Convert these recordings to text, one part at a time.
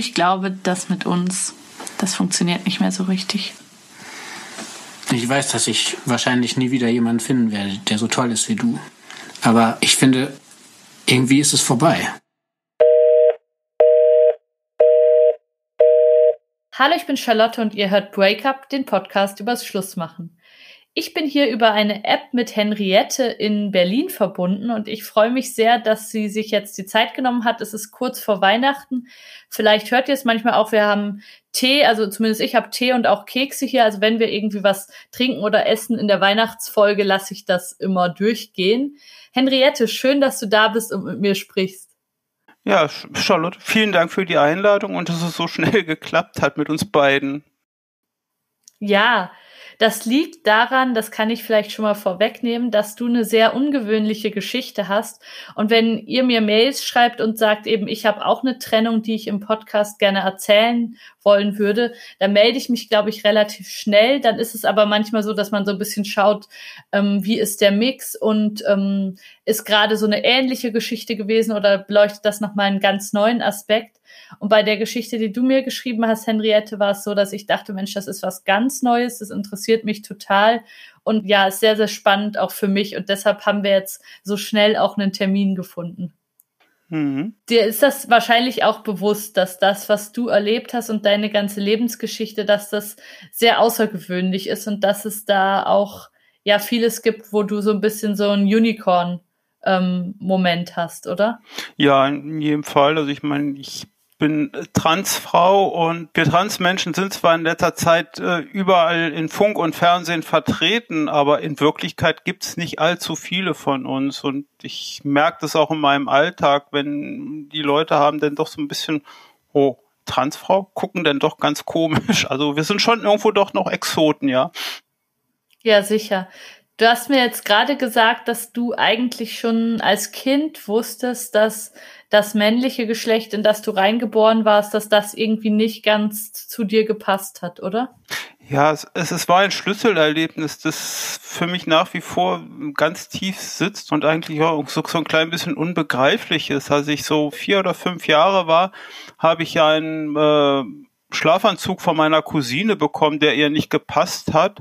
ich glaube, das mit uns, das funktioniert nicht mehr so richtig. Ich weiß, dass ich wahrscheinlich nie wieder jemanden finden werde, der so toll ist wie du. Aber ich finde, irgendwie ist es vorbei. Hallo, ich bin Charlotte und ihr hört Breakup, den Podcast übers Schlussmachen. Ich bin hier über eine App mit Henriette in Berlin verbunden und ich freue mich sehr, dass sie sich jetzt die Zeit genommen hat. Es ist kurz vor Weihnachten. Vielleicht hört ihr es manchmal auch, wir haben Tee, also zumindest ich habe Tee und auch Kekse hier. Also wenn wir irgendwie was trinken oder essen in der Weihnachtsfolge, lasse ich das immer durchgehen. Henriette, schön, dass du da bist und mit mir sprichst. Ja, Charlotte, vielen Dank für die Einladung und dass es so schnell geklappt hat mit uns beiden. Ja, das liegt daran, das kann ich vielleicht schon mal vorwegnehmen, dass du eine sehr ungewöhnliche Geschichte hast. Und wenn ihr mir Mails schreibt und sagt eben, ich habe auch eine Trennung, die ich im Podcast gerne erzählen wollen würde, dann melde ich mich, glaube ich, relativ schnell. Dann ist es aber manchmal so, dass man so ein bisschen schaut, wie ist der Mix und ist gerade so eine ähnliche Geschichte gewesen oder beleuchtet das nochmal einen ganz neuen Aspekt. Und bei der Geschichte, die du mir geschrieben hast, Henriette, war es so, dass ich dachte, Mensch, das ist was ganz Neues, das interessiert mich total und ja, ist sehr, sehr spannend auch für mich und deshalb haben wir jetzt so schnell auch einen Termin gefunden. Dir ist das wahrscheinlich auch bewusst, dass das, was du erlebt hast und deine ganze Lebensgeschichte, dass das sehr außergewöhnlich ist und dass es da auch ja vieles gibt, wo du so ein bisschen so ein Unicorn-Moment hast, oder? Ja, in jedem Fall. Also ich meine, ich bin Transfrau und wir Transmenschen sind zwar in letzter Zeit überall in Funk und Fernsehen vertreten, aber in Wirklichkeit gibt's nicht allzu viele von uns und ich merke das auch in meinem Alltag, wenn die Leute haben dann doch so ein bisschen, oh, Transfrau, gucken dann doch ganz komisch. Also wir sind schon irgendwo doch noch Exoten, ja. Ja, sicher. Du hast mir jetzt gerade gesagt, dass du eigentlich schon als Kind wusstest, dass das männliche Geschlecht, in das du reingeboren warst, dass das irgendwie nicht ganz zu dir gepasst hat, oder? Ja, es war ein Schlüsselerlebnis, das für mich nach wie vor ganz tief sitzt und eigentlich auch so ein klein bisschen unbegreiflich ist. Als ich so 4 oder 5 Jahre war, habe ich einen Schlafanzug von meiner Cousine bekommen, der ihr nicht gepasst hat.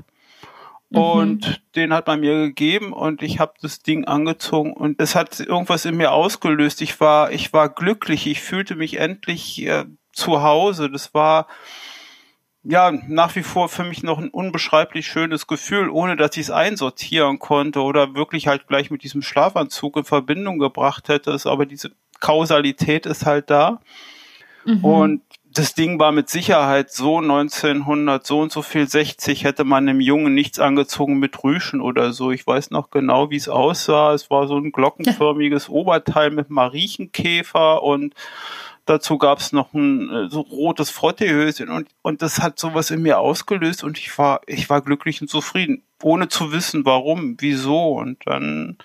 Und den hat man mir gegeben und ich habe das Ding angezogen und es hat irgendwas in mir ausgelöst. Ich war glücklich, ich fühlte mich endlich zu Hause. Das war ja nach wie vor für mich noch ein unbeschreiblich schönes Gefühl, ohne dass ich es einsortieren konnte oder wirklich halt gleich mit diesem Schlafanzug in Verbindung gebracht hätte. Aber diese Kausalität ist halt da. Und das Ding war mit Sicherheit so 1900, so und so viel 60, hätte man einem Jungen nichts angezogen mit Rüschen oder so. Ich weiß noch genau, wie es aussah. Es war so ein glockenförmiges Oberteil mit Mariechenkäfer und dazu gab es noch ein so rotes Frottehöschen und das hat sowas in mir ausgelöst und ich war glücklich und zufrieden, ohne zu wissen, warum, wieso. Und dann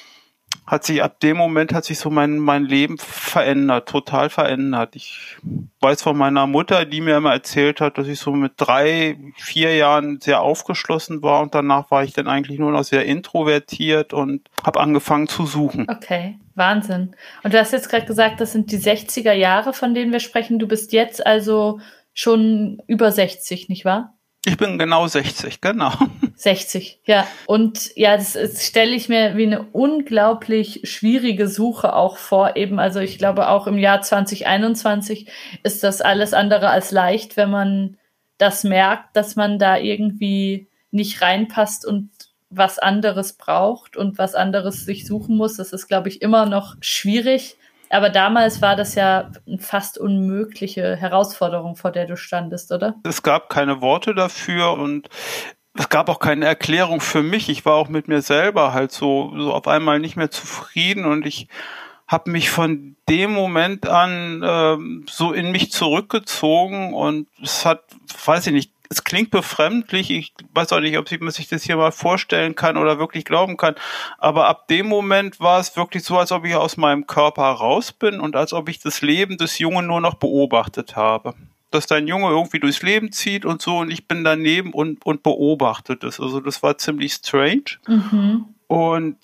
ab dem Moment hat sich so mein Leben verändert, total verändert. Ich weiß von meiner Mutter, die mir immer erzählt hat, dass ich so mit 3, 4 Jahren sehr aufgeschlossen war und danach war ich dann eigentlich nur noch sehr introvertiert und habe angefangen zu suchen. Okay, Wahnsinn. Und du hast jetzt gerade gesagt, das sind die 60er Jahre, von denen wir sprechen. Du bist jetzt also schon über 60, nicht wahr? Ich bin genau 60, genau. 60, ja. Und ja, das stelle ich mir wie eine unglaublich schwierige Suche auch vor. Eben, also ich glaube auch im Jahr 2021 ist das alles andere als leicht, wenn man das merkt, dass man da irgendwie nicht reinpasst und was anderes braucht und was anderes sich suchen muss. Das ist, glaube ich, immer noch schwierig. Aber damals war das ja eine fast unmögliche Herausforderung, vor der du standest, oder? Es gab keine Worte dafür und es gab auch keine Erklärung für mich. Ich war auch mit mir selber halt so auf einmal nicht mehr zufrieden und ich habe mich von dem Moment an so in mich zurückgezogen und es hat, weiß ich nicht, es klingt befremdlich, ich weiß auch nicht, ob man sich das hier mal vorstellen kann oder wirklich glauben kann, aber ab dem Moment war es wirklich so, als ob ich aus meinem Körper raus bin und als ob ich das Leben des Jungen nur noch beobachtet habe. Dass dein Junge irgendwie durchs Leben zieht und so und ich bin daneben und beobachtet es. Also das war ziemlich strange. Und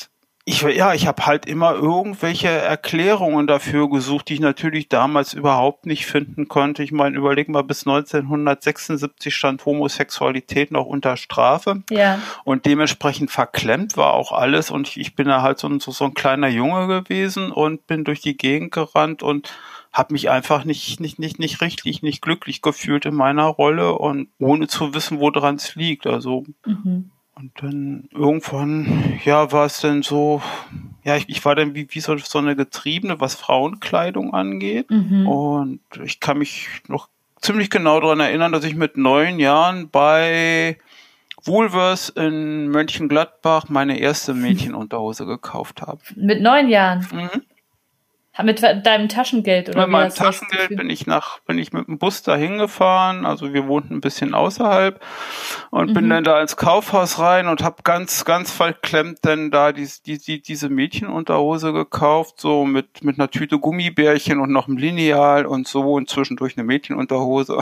ich habe halt immer irgendwelche Erklärungen dafür gesucht, die ich natürlich damals überhaupt nicht finden konnte. Ich meine, überleg mal, bis 1976 stand Homosexualität noch unter Strafe. Ja. Und dementsprechend verklemmt war auch alles. Und ich bin da halt so ein kleiner Junge gewesen und bin durch die Gegend gerannt und habe mich einfach nicht richtig, nicht glücklich gefühlt in meiner Rolle und ohne zu wissen, woran es liegt. Also, und dann irgendwann, ja, war es dann so, ja, ich war dann wie so eine Getriebene, was Frauenkleidung angeht. Und ich kann mich noch ziemlich genau daran erinnern, dass ich mit 9 Jahren bei Woolworths in Mönchengladbach meine erste Mädchenunterhose gekauft habe. Mit 9 Jahren? Mit deinem Taschengeld oder mit meinem Taschengeld bin ich mit dem Bus dahin gefahren, also wir wohnten ein bisschen außerhalb und bin dann da ins Kaufhaus rein und habe ganz verklemmt dann da diese Mädchenunterhose gekauft, so mit einer Tüte Gummibärchen und noch einem Lineal und so und zwischendurch eine Mädchenunterhose.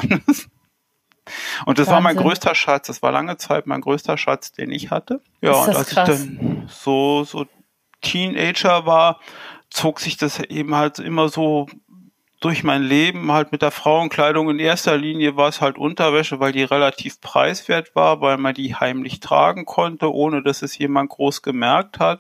Und das war mein größter Schatz, das war lange Zeit mein größter Schatz, den ich hatte. Ja, und als krass. Ich dann so Teenager war, zog sich das eben halt immer so durch mein Leben, halt mit der Frauenkleidung. In erster Linie war es halt Unterwäsche, weil die relativ preiswert war, weil man die heimlich tragen konnte, ohne dass es jemand groß gemerkt hat.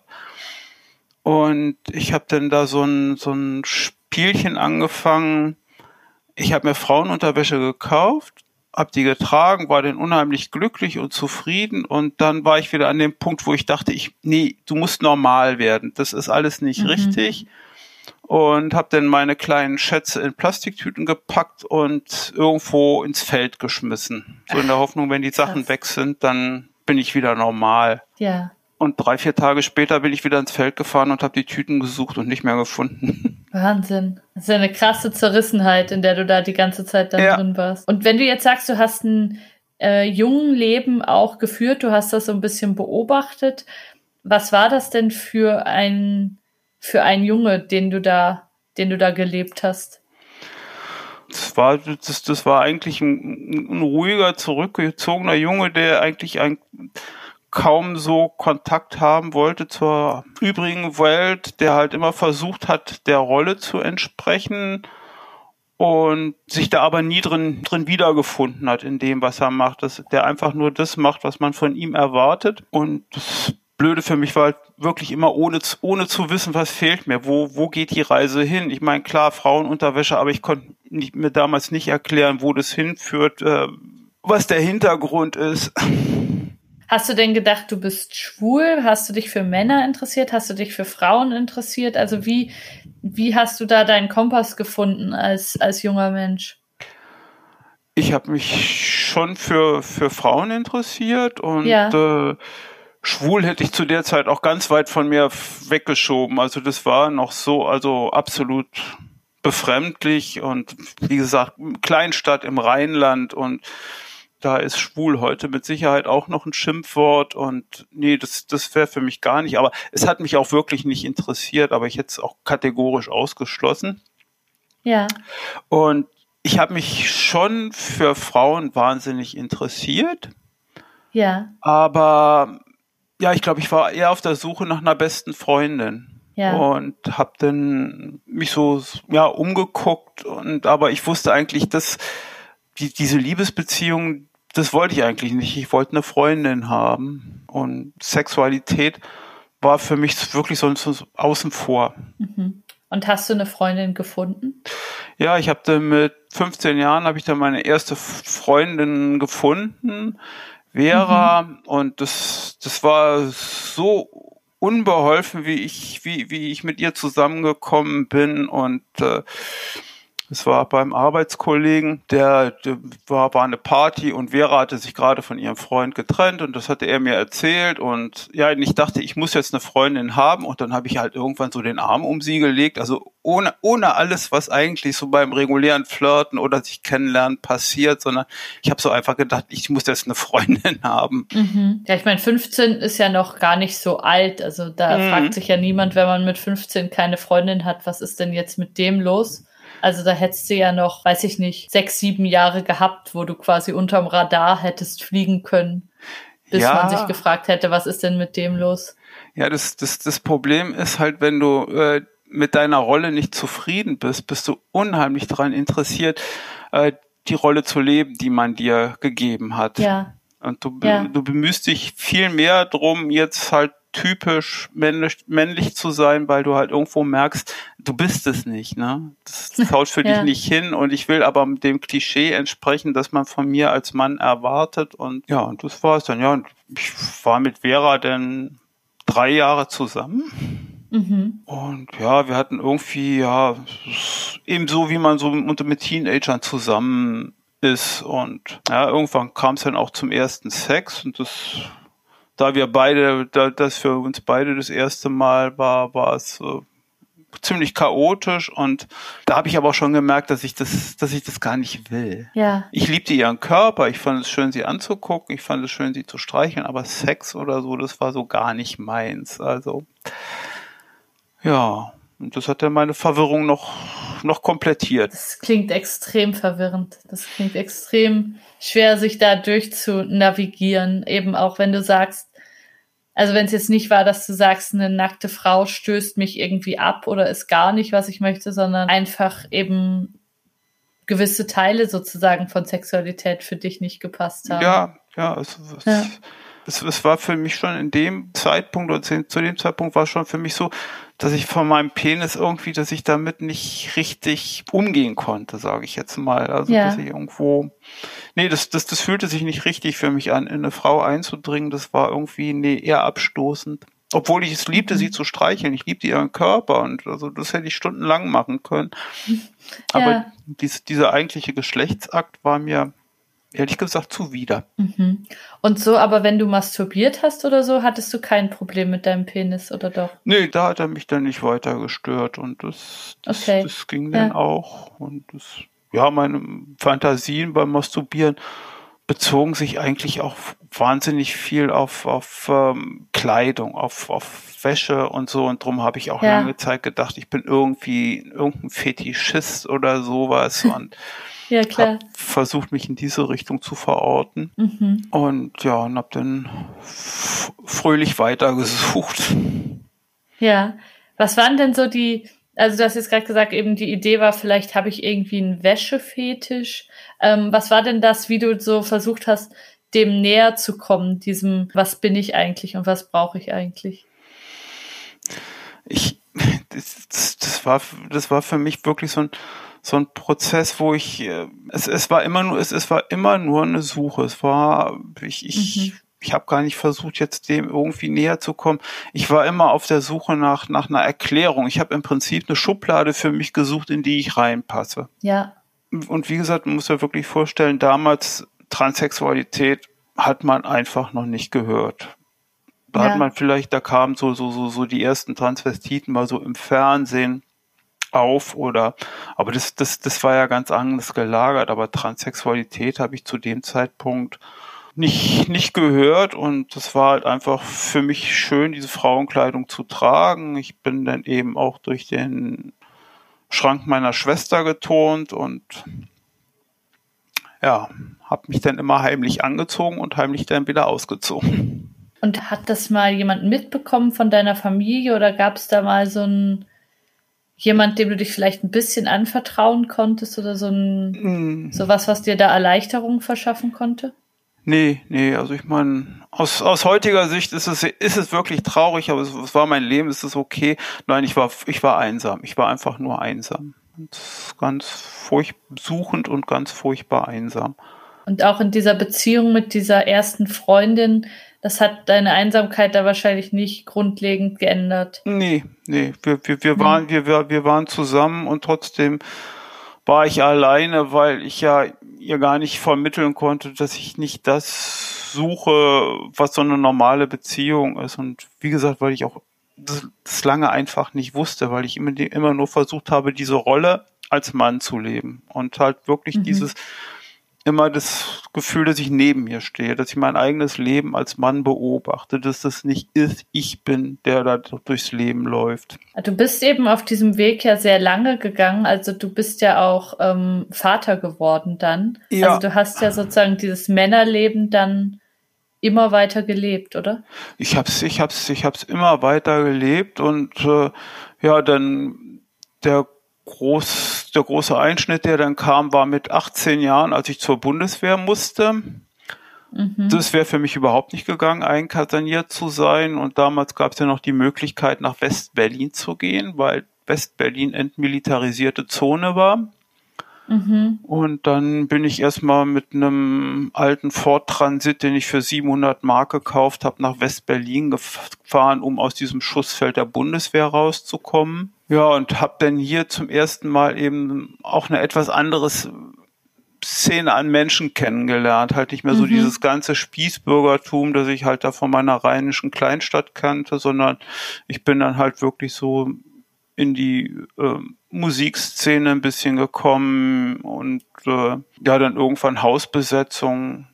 Und ich habe dann da so ein Spielchen angefangen. Ich habe mir Frauenunterwäsche gekauft, habe die getragen, war dann unheimlich glücklich und zufrieden und dann war ich wieder an dem Punkt, wo ich dachte, du musst normal werden, das ist alles nicht richtig und habe dann meine kleinen Schätze in Plastiktüten gepackt und irgendwo ins Feld geschmissen. So in der Hoffnung, wenn die Sachen weg sind, dann bin ich wieder normal. Ja. Und 3-4 Tage später bin ich wieder ins Feld gefahren und habe die Tüten gesucht und nicht mehr gefunden. Wahnsinn. Das ist ja eine krasse Zerrissenheit, in der du da die ganze Zeit dann drin warst. Und wenn du jetzt sagst, du hast ein jungen Leben auch geführt, du hast das so ein bisschen beobachtet, was war das denn für ein Junge, den du da gelebt hast? Das war eigentlich ein ruhiger, zurückgezogener Junge, der eigentlich kaum so Kontakt haben wollte zur übrigen Welt, der halt immer versucht hat, der Rolle zu entsprechen und sich da aber nie drin wiedergefunden hat in dem, was er macht, der einfach nur das macht, was man von ihm erwartet. Und das Blöde für mich war halt wirklich immer ohne zu wissen, was fehlt mir, wo geht die Reise hin. Ich meine, klar, Frauenunterwäsche, aber ich konnte mir damals nicht erklären, wo das hinführt, was der Hintergrund ist. Hast du denn gedacht, du bist schwul? Hast du dich für Männer interessiert? Hast du dich für Frauen interessiert? Also wie hast du da deinen Kompass gefunden als junger Mensch? Ich habe mich schon für Frauen interessiert und schwul hätte ich zu der Zeit auch ganz weit von mir weggeschoben. Also das war noch so, also absolut befremdlich und wie gesagt, Kleinstadt im Rheinland und da ist schwul heute mit Sicherheit auch noch ein Schimpfwort und nee, das wäre für mich gar nicht. Aber es hat mich auch wirklich nicht interessiert, aber ich hätte es auch kategorisch ausgeschlossen. Ja. Und ich habe mich schon für Frauen wahnsinnig interessiert. Ja. Aber ja, ich glaube, ich war eher auf der Suche nach einer besten Freundin. Ja. Und habe dann mich so umgeguckt aber ich wusste eigentlich, dass diese Liebesbeziehung, das wollte ich eigentlich nicht. Ich wollte eine Freundin haben. Und Sexualität war für mich wirklich so außen vor. Und hast du eine Freundin gefunden? Ja, ich habe mit 15 Jahren meine erste Freundin gefunden, Vera. Und das war so unbeholfen, wie ich mit ihr zusammengekommen bin. Und es war beim Arbeitskollegen, der war eine Party und Vera hatte sich gerade von ihrem Freund getrennt und das hatte er mir erzählt und ich dachte, ich muss jetzt eine Freundin haben und dann habe ich halt irgendwann so den Arm um sie gelegt, also ohne alles, was eigentlich so beim regulären Flirten oder sich kennenlernen passiert, sondern ich habe so einfach gedacht, ich muss jetzt eine Freundin haben. Ja, ich meine, 15 ist ja noch gar nicht so alt, also da fragt sich ja niemand, wenn man mit 15 keine Freundin hat, was ist denn jetzt mit dem los? Also da hättest du ja noch, weiß ich nicht, 6, 7 Jahre gehabt, wo du quasi unterm Radar hättest fliegen können, bis man sich gefragt hätte, was ist denn mit dem los? Ja, das Problem ist halt, wenn du mit deiner Rolle nicht zufrieden bist du unheimlich daran interessiert, die Rolle zu leben, die man dir gegeben hat. Ja. Und du bemühst dich viel mehr drum, jetzt halt typisch männlich zu sein, weil du halt irgendwo merkst, du bist es nicht, ne? Das haut für dich nicht hin und ich will aber dem Klischee entsprechen, das man von mir als Mann erwartet und ja, und das war's dann. Ja, und ich war mit Vera dann 3 Jahre zusammen. Und ja, wir hatten irgendwie, ja, eben so, wie man so mit Teenagern zusammen ist und ja, irgendwann kam es dann auch zum ersten Sex und das für uns beide das erste Mal war es ziemlich chaotisch und da habe ich aber auch schon gemerkt, dass ich das gar nicht will. Ja. Ich liebte ihren Körper, ich fand es schön, sie anzugucken, ich fand es schön, sie zu streicheln, aber Sex oder so, das war so gar nicht meins. Also ja, und das hat dann meine Verwirrung noch komplettiert. Das klingt extrem verwirrend. Das klingt extrem schwer, sich da durchzunavigieren. Eben auch, wenn du sagst, also wenn es jetzt nicht war, dass du sagst, eine nackte Frau stößt mich irgendwie ab oder ist gar nicht, was ich möchte, sondern einfach eben gewisse Teile sozusagen von Sexualität für dich nicht gepasst haben. Es war für mich schon in dem Zeitpunkt oder zu dem Zeitpunkt war es schon für mich so, dass ich von meinem Penis irgendwie, dass ich damit nicht richtig umgehen konnte, sage ich jetzt mal. Also dass ich irgendwo, das fühlte sich nicht richtig für mich an, in eine Frau einzudringen. Das war irgendwie eher abstoßend. Obwohl ich es liebte, sie zu streicheln. Ich liebte ihren Körper und also das hätte ich stundenlang machen können. Aber dieser eigentliche Geschlechtsakt war mir ehrlich gesagt zuwider. Und so, aber wenn du masturbiert hast oder so, hattest du kein Problem mit deinem Penis, oder doch? Nee, da hat er mich dann nicht weiter gestört und das ging dann auch. Und meine Fantasien beim Masturbieren bezogen sich eigentlich auch wahnsinnig viel auf Kleidung, auf Wäsche und so. Und drum habe ich auch lange Zeit gedacht, ich bin irgendein Fetischist oder sowas und ja, klar. Hab versucht, mich in diese Richtung zu verorten und habe dann fröhlich weitergesucht. Ja, was waren denn so also du hast jetzt gerade gesagt, eben die Idee war, vielleicht habe ich irgendwie einen Wäschefetisch. Was war denn das, wie du so versucht hast, dem näher zu kommen, diesem, was bin ich eigentlich und was brauche ich eigentlich? Das war für mich wirklich so ein Prozess, wo es war immer nur eine Suche. Ich habe gar nicht versucht, jetzt dem irgendwie näher zu kommen. Ich war immer auf der Suche nach einer Erklärung. Ich habe im Prinzip eine Schublade für mich gesucht, in die ich reinpasse. Ja. Und wie gesagt, man muss ja wirklich vorstellen, damals Transsexualität hat man einfach noch nicht gehört. Da hat man vielleicht, da kamen so die ersten Transvestiten mal so im Fernsehen auf aber das war ja ganz anders gelagert, aber Transsexualität habe ich zu dem Zeitpunkt nicht gehört und das war halt einfach für mich schön, diese Frauenkleidung zu tragen. Ich bin dann eben auch durch den Schrank meiner Schwester geturnt und habe mich dann immer heimlich angezogen und heimlich dann wieder ausgezogen. Und hat das mal jemand mitbekommen von deiner Familie oder gab es da mal so jemand, dem du dich vielleicht ein bisschen anvertrauen konntest oder sowas, was dir da Erleichterung verschaffen konnte? Nee, also ich meine, aus heutiger Sicht ist es wirklich traurig, aber es war mein Leben, es ist okay. Nein, ich war einsam. Ich war einfach nur einsam. Und ganz suchend und ganz furchtbar einsam. Und auch in dieser Beziehung mit dieser ersten Freundin, das hat deine Einsamkeit da wahrscheinlich nicht grundlegend geändert. Nee. Wir waren zusammen und trotzdem war ich alleine, weil ich ja ihr gar nicht vermitteln konnte, dass ich nicht das suche, was so eine normale Beziehung ist. Und wie gesagt, weil ich auch das lange einfach nicht wusste, weil ich immer nur versucht habe, diese Rolle als Mann zu leben. Und halt wirklich immer das Gefühl, dass ich neben mir stehe, dass ich mein eigenes Leben als Mann beobachte, dass das nicht ist, ich bin, der da durchs Leben läuft. Du bist eben auf diesem Weg ja sehr lange gegangen, also du bist ja auch Vater geworden dann. Ja. Also du hast ja sozusagen dieses Männerleben dann immer weiter gelebt, oder? Ich hab's immer weiter gelebt und dann der große Einschnitt, der dann kam, war mit 18 Jahren, als ich zur Bundeswehr musste. Das wäre für mich überhaupt nicht gegangen, einkaserniert zu sein. Und damals gab es ja noch die Möglichkeit, nach West-Berlin zu gehen, weil West-Berlin entmilitarisierte Zone war. Und dann bin ich erstmal mit einem alten Ford Transit, den ich für 700 Mark gekauft habe, nach West-Berlin gefahren, um aus diesem Schussfeld der Bundeswehr rauszukommen. Ja, und habe dann hier zum ersten Mal eben auch eine etwas andere Szene an Menschen kennengelernt. Halt nicht mehr so dieses ganze Spießbürgertum, das ich halt da von meiner rheinischen Kleinstadt kannte, sondern ich bin dann halt wirklich so in die Musikszene ein bisschen gekommen und dann irgendwann Hausbesetzung.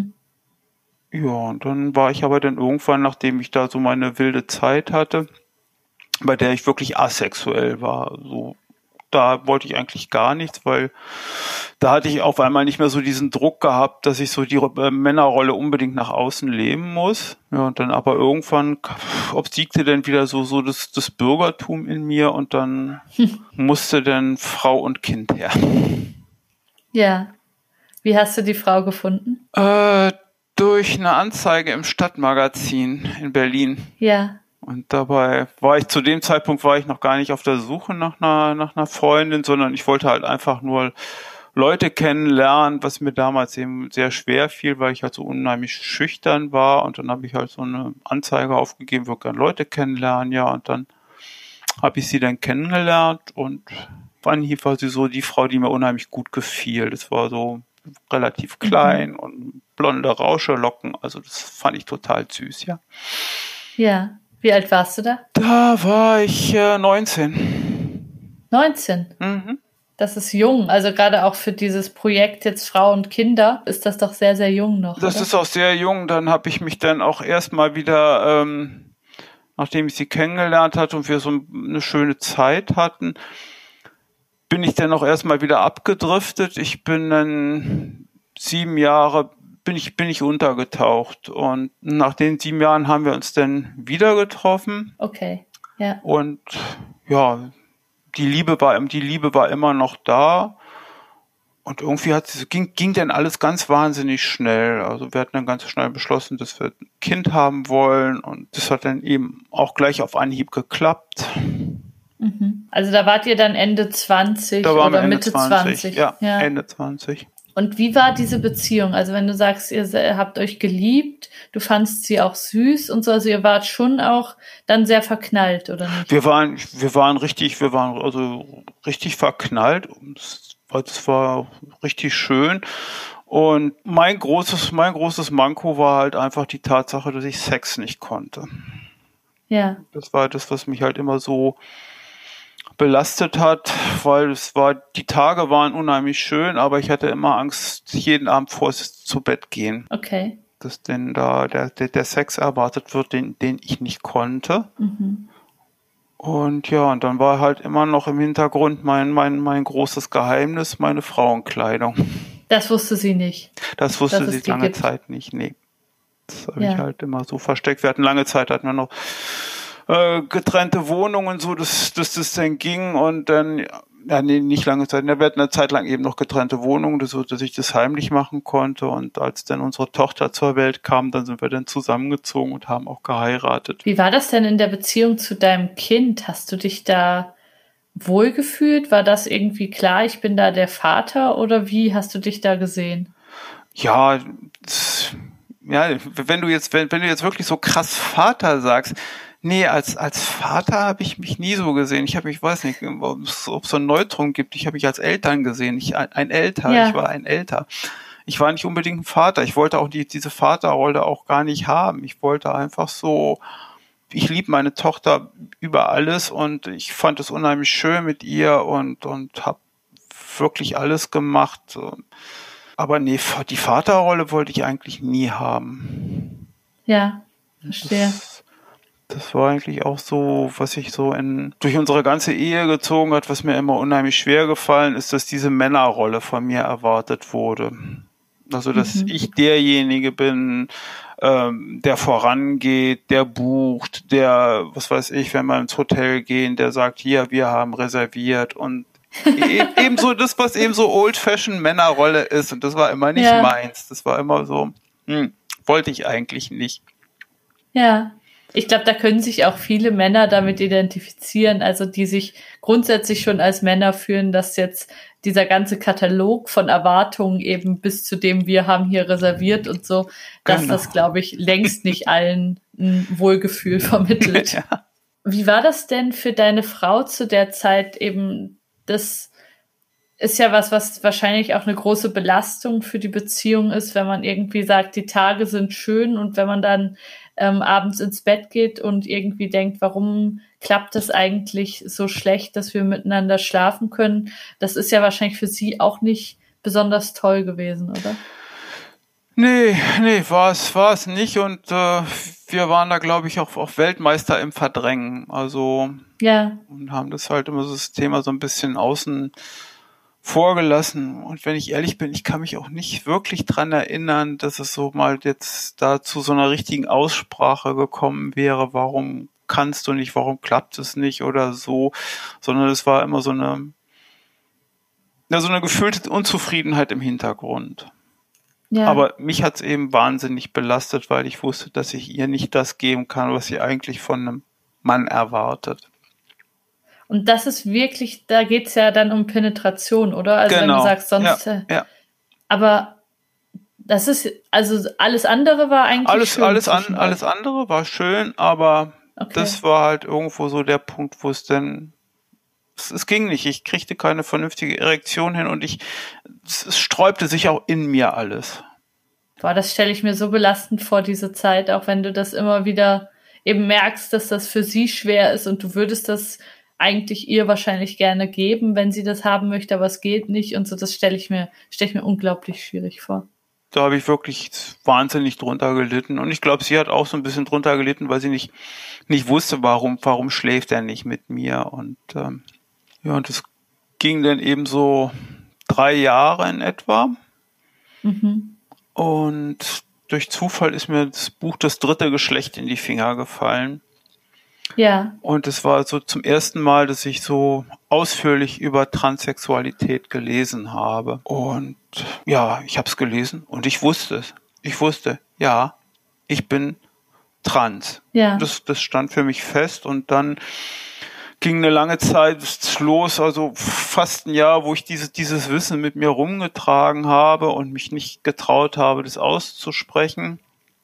Ja, und dann war ich aber dann irgendwann, nachdem ich da so meine wilde Zeit hatte, bei der ich wirklich asexuell war, so da wollte ich eigentlich gar nichts, weil da hatte ich auf einmal nicht mehr so diesen Druck gehabt, dass ich so die Männerrolle unbedingt nach außen leben muss. Ja, und dann aber irgendwann obsiegte dann wieder so das Bürgertum in mir und dann musste dann Frau und Kind her. Ja. Wie hast du die Frau gefunden? Durch eine Anzeige im Stadtmagazin in Berlin. Ja. Und dabei zu dem Zeitpunkt war ich noch gar nicht auf der Suche nach einer Freundin, sondern ich wollte halt einfach nur Leute kennenlernen, was mir damals eben sehr schwer fiel, weil ich halt so unheimlich schüchtern war. Und dann habe ich halt so eine Anzeige aufgegeben, würde gerne Leute kennenlernen, ja. Und dann habe ich sie dann kennengelernt und Anhieb war sie so die Frau, die mir unheimlich gut gefiel. Das war so relativ klein und blonde Rauschellocken. Also das fand ich total süß, ja. Ja. Wie alt warst du da? Da war ich 19. 19? Das ist jung. Also gerade auch für dieses Projekt jetzt Frau und Kinder ist das doch sehr, sehr jung noch. Das oder? ist auch sehr jung. Dann habe ich mich dann auch erstmal wieder, nachdem ich sie kennengelernt hatte und wir so eine schöne Zeit hatten, bin ich dann auch erstmal wieder abgedriftet. Ich bin dann 7 Jahre bin ich untergetaucht und nach den 7 Jahren haben wir uns dann wieder getroffen. Okay, ja. Und ja, die Liebe war immer noch da und irgendwie ging dann alles ganz wahnsinnig schnell. Also wir hatten dann ganz schnell beschlossen, dass wir ein Kind haben wollen und das hat dann eben auch gleich auf Anhieb geklappt. Also da wart ihr dann Ende 20 da oder Mitte 20? Ja, Ende 20. Und wie war diese Beziehung? Also wenn du sagst, ihr habt euch geliebt, du fandst sie auch süß und so, also ihr wart schon auch dann sehr verknallt, oder nicht? Wir waren richtig verknallt. Das war richtig schön. Und mein großes Manko war halt einfach die Tatsache, dass ich Sex nicht konnte. Ja. Das war das, was mich halt immer so belastet hat, weil die Tage waren unheimlich schön, aber ich hatte immer Angst, jeden Abend vor es zu Bett gehen. Okay. Dass denn da der Sex erwartet wird, den ich nicht konnte. Und ja, und dann war halt immer noch im Hintergrund mein großes Geheimnis, meine Frauenkleidung. Das wusste sie nicht. Das wusste sie lange Zeit nicht, nee. Das habe ich halt immer so versteckt. Lange Zeit hatten wir noch getrennte Wohnungen, so dass das dann ging und dann, nicht lange Zeit, wir hatten eine Zeit lang eben noch getrennte Wohnungen, so dass ich das heimlich machen konnte und als dann unsere Tochter zur Welt kam, dann sind wir dann zusammengezogen und haben auch geheiratet. Wie war das denn in der Beziehung zu deinem Kind? Hast du dich da wohlgefühlt? War das irgendwie klar, ich bin da der Vater oder wie hast du dich da gesehen? Ja, wenn du jetzt wirklich so krass Vater sagst, nee, als Vater habe ich mich nie so gesehen. Ich weiß nicht, ob es so ein Neutrum gibt. Ich habe mich als Eltern gesehen. Ich war ein Älter. Ich war nicht unbedingt ein Vater. Ich wollte auch diese Vaterrolle auch gar nicht haben. Ich wollte einfach so, ich liebe meine Tochter über alles und ich fand es unheimlich schön mit ihr und habe wirklich alles gemacht. Aber nee, die Vaterrolle wollte ich eigentlich nie haben. Ja, verstehe. Das war eigentlich auch so, was sich so durch unsere ganze Ehe gezogen hat, was mir immer unheimlich schwer gefallen ist, dass diese Männerrolle von mir erwartet wurde. Also, dass ich derjenige bin, der vorangeht, der bucht, der, was weiß ich, wenn wir ins Hotel gehen, der sagt, hier, wir haben reserviert und ebenso das, was eben so old-fashioned Männerrolle ist. Und das war immer nicht meins. Das war immer so, wollte ich eigentlich nicht. Ja. Ich glaube, da können sich auch viele Männer damit identifizieren, also die sich grundsätzlich schon als Männer fühlen, dass jetzt dieser ganze Katalog von Erwartungen eben bis zu dem wir haben hier reserviert und so, dass das, glaube ich, längst nicht allen ein Wohlgefühl vermittelt. Ja. Wie war das denn für deine Frau zu der Zeit eben? Das ist ja was wahrscheinlich auch eine große Belastung für die Beziehung ist, wenn man irgendwie sagt, die Tage sind schön und wenn man dann abends ins Bett geht und irgendwie denkt, warum klappt es eigentlich so schlecht, dass wir miteinander schlafen können? Das ist ja wahrscheinlich für sie auch nicht besonders toll gewesen, oder? Nee, war es nicht und wir waren da, glaube ich, auch Weltmeister im Verdrängen. Also und haben das halt immer so das Thema so ein bisschen außen vorgelassen. Und wenn ich ehrlich bin, ich kann mich auch nicht wirklich dran erinnern, dass es so mal jetzt da zu so einer richtigen Aussprache gekommen wäre, warum kannst du nicht, warum klappt es nicht oder so, sondern es war immer so eine gefühlte Unzufriedenheit im Hintergrund. Ja. Aber mich hat's eben wahnsinnig belastet, weil ich wusste, dass ich ihr nicht das geben kann, was sie eigentlich von einem Mann erwartet. Und das ist wirklich, da geht's ja dann um Penetration, oder? Also wenn du sagst, sonst... Ja. Aber das ist, also alles andere war eigentlich schön. Alles andere war schön, aber das war halt irgendwo so der Punkt, wo es denn... Es ging nicht, ich kriegte keine vernünftige Erektion hin und es sträubte sich auch in mir alles. Boah, das stelle ich mir so belastend vor, diese Zeit, auch wenn du das immer wieder eben merkst, dass das für sie schwer ist und du würdest das eigentlich ihr wahrscheinlich gerne geben, wenn sie das haben möchte, aber es geht nicht und so, das stelle ich mir unglaublich schwierig vor. Da habe ich wirklich wahnsinnig drunter gelitten und ich glaube, sie hat auch so ein bisschen drunter gelitten, weil sie nicht wusste, warum schläft er nicht mit mir und und das ging dann eben so 3 Jahre in etwa. Mhm. Und durch Zufall ist mir das Buch Das dritte Geschlecht in die Finger gefallen. Ja. Und es war so zum ersten Mal, dass ich so ausführlich über Transsexualität gelesen habe. Und ja, ich habe es gelesen und ich wusste es. Ich wusste, ja, ich bin trans. Ja. Das stand für mich fest und dann ging eine lange Zeit los, also fast ein Jahr, wo ich dieses Wissen mit mir rumgetragen habe und mich nicht getraut habe, das auszusprechen.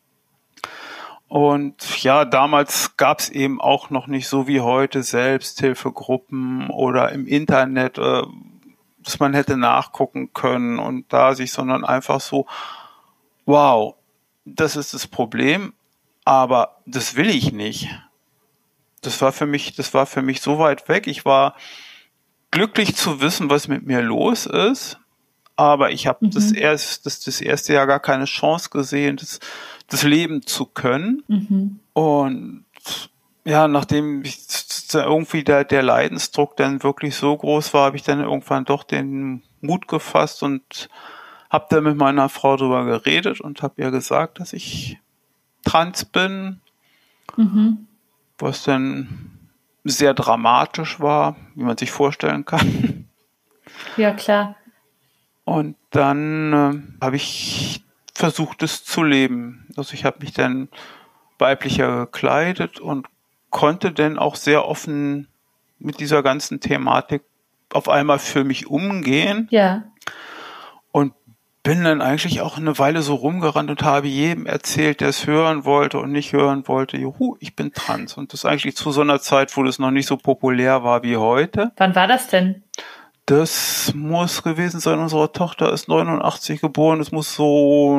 Und ja, damals gab es eben auch noch nicht so wie heute Selbsthilfegruppen oder im Internet, dass man hätte nachgucken können und sondern einfach so, wow, das ist das Problem, aber das will ich nicht. Das war für mich so weit weg. Ich war glücklich zu wissen, was mit mir los ist, aber ich habe das erste Jahr gar keine Chance gesehen, das leben zu können. Mhm. Und ja, nachdem irgendwie der Leidensdruck dann wirklich so groß war, habe ich dann irgendwann doch den Mut gefasst und habe dann mit meiner Frau drüber geredet und habe ihr gesagt, dass ich trans bin. Mhm. Was dann sehr dramatisch war, wie man sich vorstellen kann. Ja, klar. Und dann habe ich versucht, es zu leben. Also ich habe mich dann weiblicher gekleidet und konnte dann auch sehr offen mit dieser ganzen Thematik auf einmal für mich umgehen. Ja. Und bin dann eigentlich auch eine Weile so rumgerannt und habe jedem erzählt, der es hören wollte und nicht hören wollte, juhu, ich bin trans. Und das eigentlich zu so einer Zeit, wo das noch nicht so populär war wie heute. Wann war das denn? Das muss gewesen sein, unsere Tochter ist 89 geboren, das muss so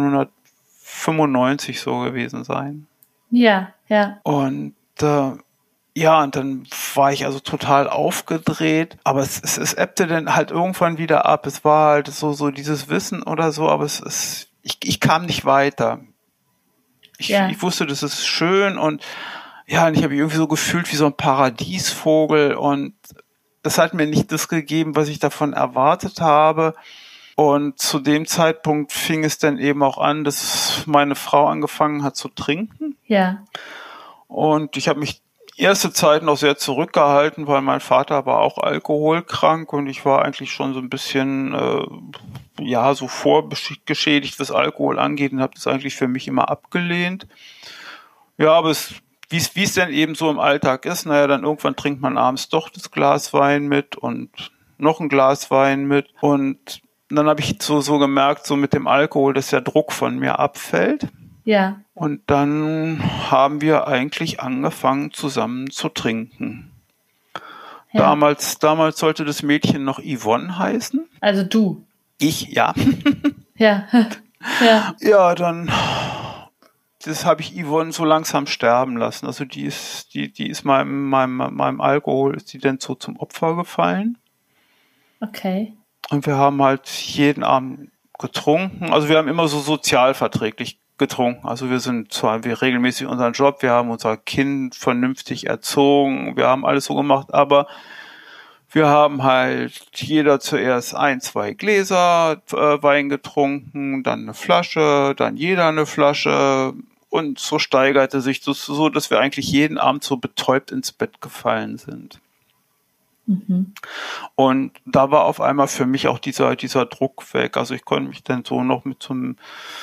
1995 so gewesen sein. Ja. Und und dann war ich also total aufgedreht, aber es ebbte dann halt irgendwann wieder ab. Es war halt so dieses Wissen oder so, aber ich kam nicht weiter. Ich wusste, das ist schön und ich habe mich irgendwie so gefühlt wie so ein Paradiesvogel und es hat mir nicht das gegeben, was ich davon erwartet habe. Und zu dem Zeitpunkt fing es dann eben auch an, dass meine Frau angefangen hat zu trinken. Ja. Und ich habe mich erste Zeit noch sehr zurückgehalten, weil mein Vater war auch alkoholkrank und ich war eigentlich schon so ein bisschen, so vorgeschädigt, was Alkohol angeht, und habe das eigentlich für mich immer abgelehnt. Ja, aber wie es denn eben so im Alltag ist, dann irgendwann trinkt man abends doch das Glas Wein mit und noch ein Glas Wein mit. Und dann habe ich so gemerkt, so mit dem Alkohol, dass der Druck von mir abfällt. Ja. Und dann haben wir eigentlich angefangen, zusammen zu trinken. Ja. Damals sollte das Mädchen noch Yvonne heißen. Also du. Ich, ja. Ja. Ja. Ja, das habe ich Yvonne so langsam sterben lassen. Also die ist meinem Alkohol ist die dann so zum Opfer gefallen. Okay. Und wir haben halt jeden Abend getrunken. Also wir haben immer so sozialverträglich getrunken. Also wir regelmäßig unseren Job, wir haben unser Kind vernünftig erzogen, wir haben alles so gemacht, aber wir haben halt jeder zuerst 1-2 Gläser Wein getrunken, dann eine Flasche, dann jeder eine Flasche, und so steigerte sich das so, dass wir eigentlich jeden Abend so betäubt ins Bett gefallen sind. Mhm. Und da war auf einmal für mich auch dieser Druck weg. Also ich konnte mich dann so noch mit so einem,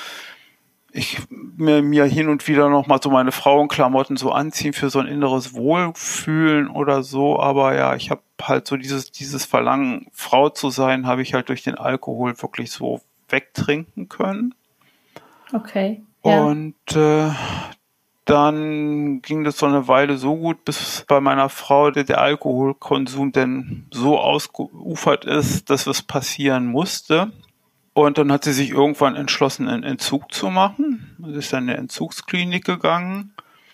mir hin und wieder noch mal so meine Frauenklamotten so anziehen für so ein inneres Wohlfühlen oder so. Aber ja, ich habe halt so dieses Verlangen, Frau zu sein, habe ich halt durch den Alkohol wirklich so wegtrinken können. Okay. Ja. Und dann ging das so eine Weile so gut, bis bei meiner Frau der Alkoholkonsum denn so ausgeufert ist, dass es passieren musste. Und dann hat sie sich irgendwann entschlossen, einen Entzug zu machen. Sie ist dann in eine Entzugsklinik gegangen.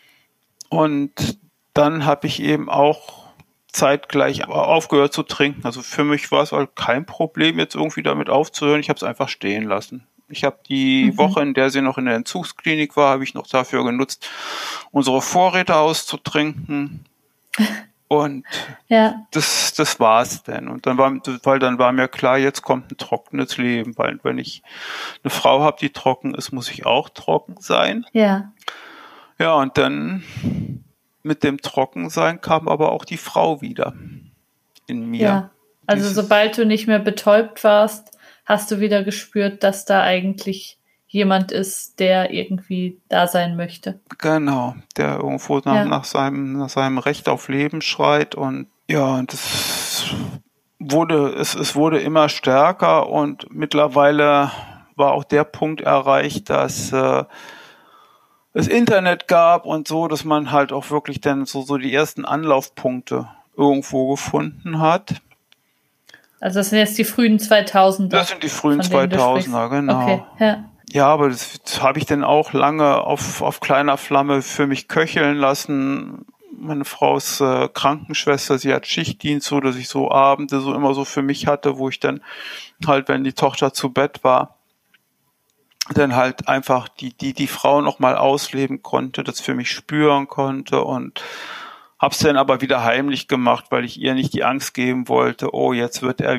Und dann habe ich eben auch zeitgleich aufgehört zu trinken. Also für mich war es halt kein Problem, jetzt irgendwie damit aufzuhören. Ich habe es einfach stehen lassen. Ich habe die Woche, in der sie noch in der Entzugsklinik war, habe ich noch dafür genutzt, unsere Vorräte auszutrinken. Und ja. das war's denn. Und dann war mir klar, jetzt kommt ein trockenes Leben, weil wenn ich eine Frau habe, die trocken ist, muss ich auch trocken sein. Ja. Ja, und dann mit dem Trockensein kam aber auch die Frau wieder in mir. Ja. Also sobald du nicht mehr betäubt warst, hast du wieder gespürt, dass da eigentlich jemand ist, der irgendwie da sein möchte. Genau, der irgendwo nach seinem Recht auf Leben schreit. Und ja, es wurde immer stärker, und mittlerweile war auch der Punkt erreicht, dass es Internet gab und so, dass man halt auch wirklich dann so die ersten Anlaufpunkte irgendwo gefunden hat. Also das sind jetzt die frühen 2000er. Das sind die frühen 2000er, genau. Okay, ja. Ja, aber das habe ich dann auch lange auf kleiner Flamme für mich köcheln lassen. Meine Frau ist Krankenschwester, sie hat Schichtdienst, so dass ich so Abende so immer so für mich hatte, wo ich dann halt, wenn die Tochter zu Bett war, dann halt einfach die Frau noch mal ausleben konnte, das für mich spüren konnte, und hab's dann aber wieder heimlich gemacht, weil ich ihr nicht die Angst geben wollte, oh, jetzt hat er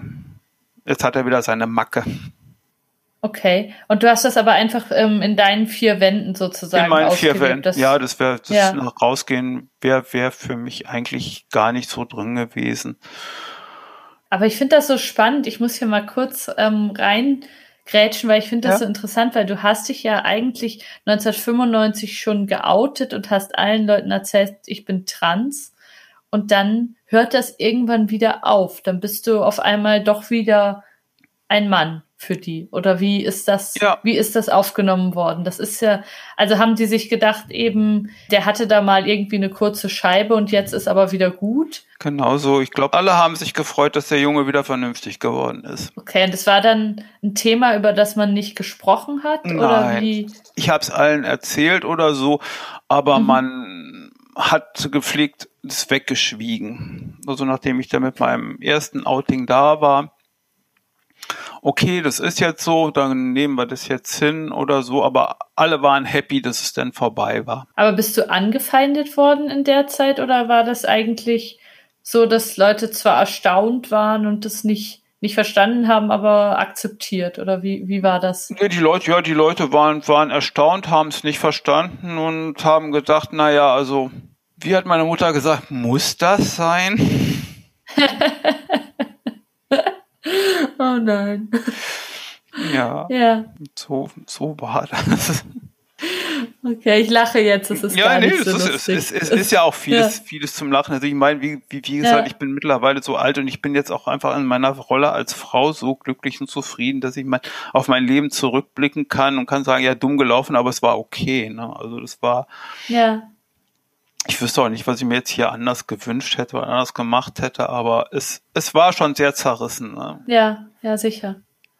wieder seine Macke. Okay. Und du hast das aber einfach in deinen 4 Wänden sozusagen in meinen ausgelebt. 4 Wänden, ja, das nach rausgehen wäre für mich eigentlich gar nicht so drin gewesen. Aber ich finde das so spannend. Ich muss hier mal kurz reingrätschen, weil ich finde das so interessant, weil du hast dich ja eigentlich 1995 schon geoutet und hast allen Leuten erzählt, ich bin trans. Und dann hört das irgendwann wieder auf. Dann bist du auf einmal doch wieder ein Mann für die. Oder wie ist das aufgenommen worden? Das ist ja, also haben die sich gedacht eben, der hatte da mal irgendwie eine kurze Scheibe und jetzt ist aber wieder gut? Genau so. Ich glaube, alle haben sich gefreut, dass der Junge wieder vernünftig geworden ist. Okay, und das war dann ein Thema, über das man nicht gesprochen hat? Nein. Oder wie? Ich habe es allen erzählt oder so, aber man hat gepflegt es weggeschwiegen. Also nachdem ich dann mit meinem ersten Outing da war, okay, das ist jetzt so, dann nehmen wir das jetzt hin oder so, aber alle waren happy, dass es dann vorbei war. Aber bist du angefeindet worden in der Zeit oder war das eigentlich so, dass Leute zwar erstaunt waren und das nicht nicht verstanden haben, aber akzeptiert. Oder wie war das? Nee, die Leute waren erstaunt, haben es nicht verstanden und haben gedacht, naja, also, wie hat meine Mutter gesagt, muss das sein? Oh nein. Ja, Ja, so war das. okay, ich lache jetzt, es ist gar nicht so lustig. Es ist ja auch vieles zum Lachen. Also ich meine, wie gesagt, ich bin mittlerweile so alt und ich bin jetzt auch einfach in meiner Rolle als Frau so glücklich und zufrieden, dass ich auf mein Leben zurückblicken kann und kann sagen, ja, dumm gelaufen, aber es war okay. Ne? Also das war, ich wüsste auch nicht, was ich mir jetzt hier anders gewünscht hätte oder anders gemacht hätte, aber es war schon sehr zerrissen. Ne? Ja, sicher.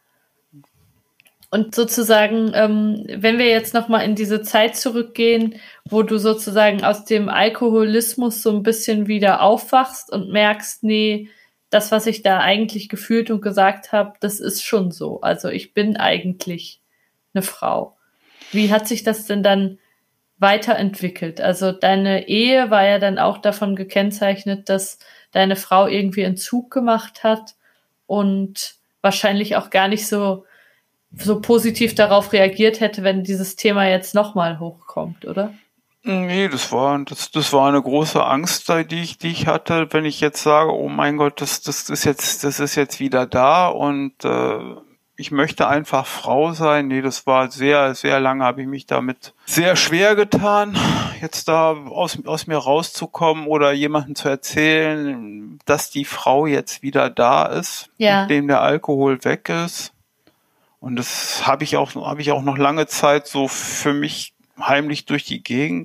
Und sozusagen, wenn wir jetzt nochmal in diese Zeit zurückgehen, wo du sozusagen aus dem Alkoholismus so ein bisschen wieder aufwachst und merkst, nee, das, was ich da eigentlich gefühlt und gesagt habe, das ist schon so. Also ich bin eigentlich eine Frau. Wie hat sich das denn dann weiterentwickelt? Also deine Ehe war ja dann auch davon gekennzeichnet, dass deine Frau irgendwie Entzug gemacht hat und wahrscheinlich auch gar nicht so positiv darauf reagiert hätte, wenn dieses Thema jetzt nochmal hochkommt, oder? Nee, das war eine große Angst, die ich hatte, wenn ich jetzt sage, oh mein Gott, das ist jetzt wieder da und ich möchte einfach Frau sein. Nee, das war sehr, sehr lange, habe ich mich damit sehr schwer getan, jetzt da aus mir rauszukommen oder jemandem zu erzählen, dass die Frau jetzt wieder da ist, nachdem der Alkohol weg ist. Und das habe ich auch noch lange Zeit so für mich heimlich durch die Gegend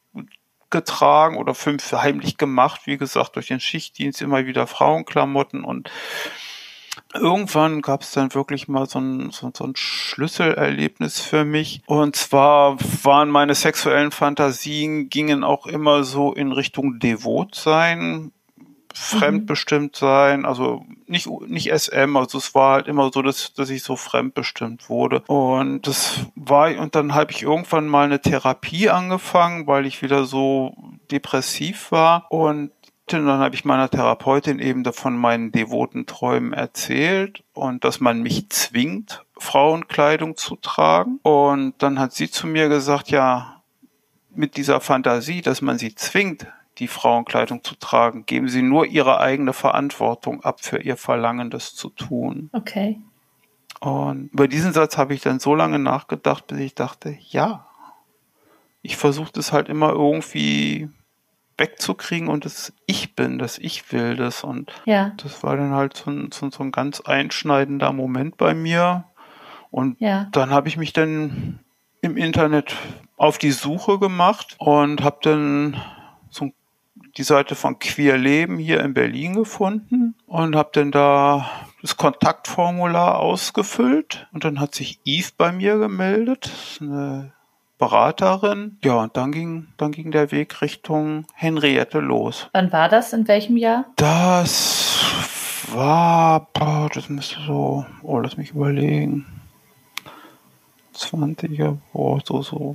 getragen oder heimlich gemacht, wie gesagt, durch den Schichtdienst immer wieder Frauenklamotten und irgendwann gab es dann wirklich mal so ein Schlüsselerlebnis für mich. Und zwar waren meine sexuellen Fantasien gingen auch immer so in Richtung Devotsein, fremdbestimmt sein, also nicht SM, also es war halt immer so, dass ich so fremdbestimmt wurde. Und dann habe ich irgendwann mal eine Therapie angefangen, weil ich wieder so depressiv war. Und dann habe ich meiner Therapeutin eben davon meinen devoten Träumen erzählt und dass man mich zwingt, Frauenkleidung zu tragen. Und dann hat sie zu mir gesagt, ja, mit dieser Fantasie, dass man sie zwingt, die Frauenkleidung zu tragen, geben sie nur ihre eigene Verantwortung ab für ihr Verlangen, das zu tun. Okay. Und über diesen Satz habe ich dann so lange nachgedacht, bis ich dachte, ja, ich versuche das halt immer irgendwie wegzukriegen und dass ich will das. Und das war dann halt so ein ganz einschneidender Moment bei mir. Und dann habe ich mich dann im Internet auf die Suche gemacht und habe dann die Seite von Queer Leben hier in Berlin gefunden und habe dann da das Kontaktformular ausgefüllt und dann hat sich Eve bei mir gemeldet, eine Beraterin. Ja, und dann ging der Weg Richtung Henriette los. Wann war das? In welchem Jahr? Das war, das müsste so, lass mich überlegen. 20er, so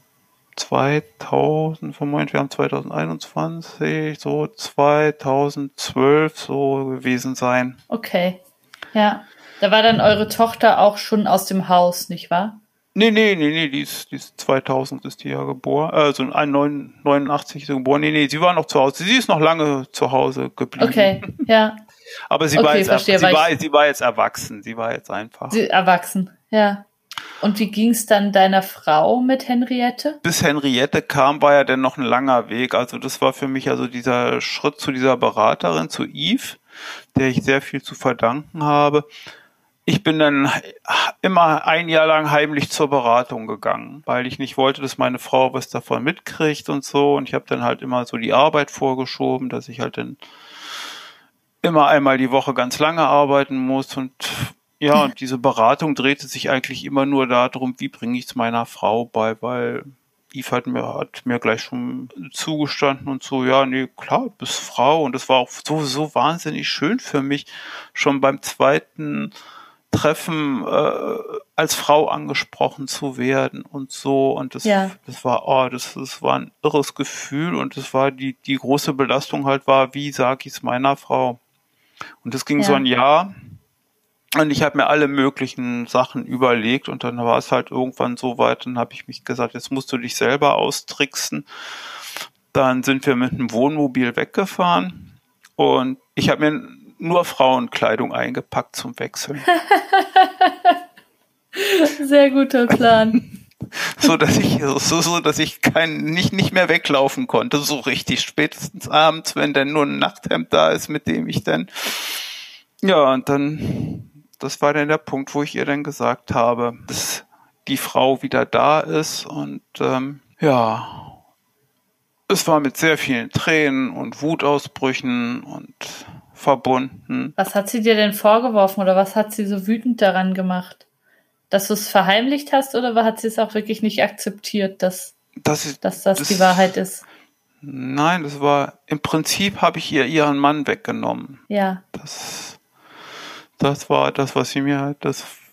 2000, wir haben 2021, so 2012 so gewesen sein. Okay, ja. Da war dann eure Tochter auch schon aus dem Haus, nicht wahr? Nee, die ist 2000 ist die ja geboren, also 89 ist sie geboren. Nee, sie war noch zu Hause. Sie ist noch lange zu Hause geblieben. Okay, ja. Aber sie war jetzt erwachsen. Sie war jetzt einfach. Erwachsen, ja. Und wie ging es dann deiner Frau mit Henriette? Bis Henriette kam, war ja dann noch ein langer Weg. Also das war für mich also dieser Schritt zu dieser Beraterin, zu Eve, der ich sehr viel zu verdanken habe. Ich bin dann immer ein Jahr lang heimlich zur Beratung gegangen, weil ich nicht wollte, dass meine Frau was davon mitkriegt und so. Und ich habe dann halt immer so die Arbeit vorgeschoben, dass ich halt dann immer einmal die Woche ganz lange arbeiten muss. Und ja, und diese Beratung drehte sich eigentlich immer nur darum, wie bringe ich es meiner Frau bei, weil Eve hat mir gleich schon zugestanden und so, ja, nee, klar, du bist Frau. Und das war auch so wahnsinnig schön für mich, schon beim zweiten Treffen als Frau angesprochen zu werden und so. Und das war ein irres Gefühl und das war die große Belastung halt war, wie sage ich es meiner Frau? Und das ging so ein Jahr Und ich habe mir alle möglichen Sachen überlegt und dann war es halt irgendwann so weit, dann habe ich mich gesagt, jetzt musst du dich selber austricksen. Dann sind wir mit einem Wohnmobil weggefahren und ich habe mir nur Frauenkleidung eingepackt zum Wechseln. Sehr guter Plan. so dass ich nicht mehr weglaufen konnte, so richtig spätestens abends, wenn dann nur ein Nachthemd da ist, mit dem ich dann und dann das war dann der Punkt, wo ich ihr dann gesagt habe, dass die Frau wieder da ist und es war mit sehr vielen Tränen und Wutausbrüchen und verbunden. Was hat sie dir denn vorgeworfen oder was hat sie so wütend daran gemacht? Dass du es verheimlicht hast oder hat sie es auch wirklich nicht akzeptiert, dass das die Wahrheit ist? Nein, das war, im Prinzip habe ich ihr ihren Mann weggenommen. Ja. Das war das, was sie mir halt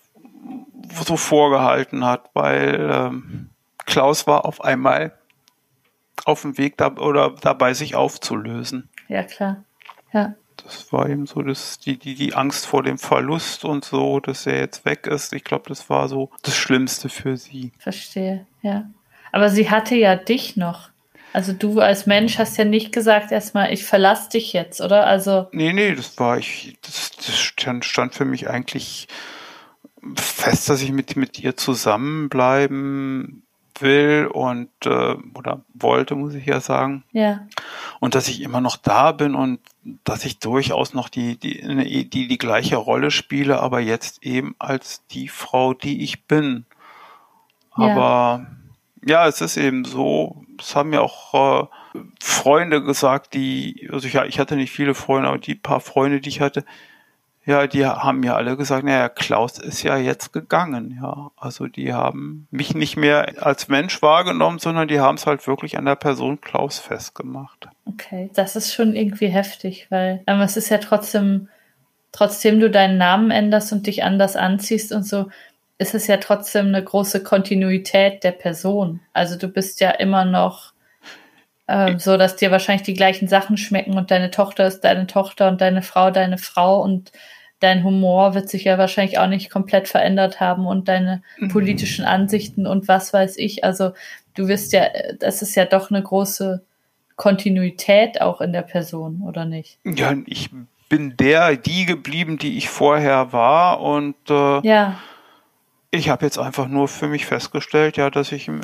so vorgehalten hat, weil Klaus war auf einmal auf dem Weg dabei, sich aufzulösen. Ja, klar. Ja. Das war eben so, dass die Angst vor dem Verlust und so, dass er jetzt weg ist. Ich glaube, das war so das Schlimmste für sie. Verstehe, ja. Aber sie hatte ja dich noch. Also du als Mensch hast ja nicht gesagt erstmal, ich verlasse dich jetzt, oder? Also Nee, das stand für mich eigentlich fest, dass ich mit ihr zusammenbleiben will und oder wollte, muss ich ja sagen. Ja. Und dass ich immer noch da bin und dass ich durchaus noch die gleiche Rolle spiele, aber jetzt eben als die Frau, die ich bin. Aber ja, es ist eben so, es haben mir auch Freunde gesagt, ich hatte nicht viele Freunde, aber die paar Freunde, die ich hatte, ja, die haben mir alle gesagt, naja, Klaus ist ja jetzt gegangen, ja. Also die haben mich nicht mehr als Mensch wahrgenommen, sondern die haben es halt wirklich an der Person Klaus festgemacht. Okay, das ist schon irgendwie heftig, weil es ist ja trotzdem du deinen Namen änderst und dich anders anziehst und so, ist es ja trotzdem eine große Kontinuität der Person. Also du bist ja immer noch so, dass dir wahrscheinlich die gleichen Sachen schmecken und deine Tochter ist deine Tochter und deine Frau und dein Humor wird sich ja wahrscheinlich auch nicht komplett verändert haben und deine politischen Ansichten und was weiß ich. Also du wirst ja, das ist ja doch eine große Kontinuität auch in der Person, oder nicht? Ja, ich bin die geblieben, die ich vorher war und ich habe jetzt einfach nur für mich festgestellt, ja, dass ich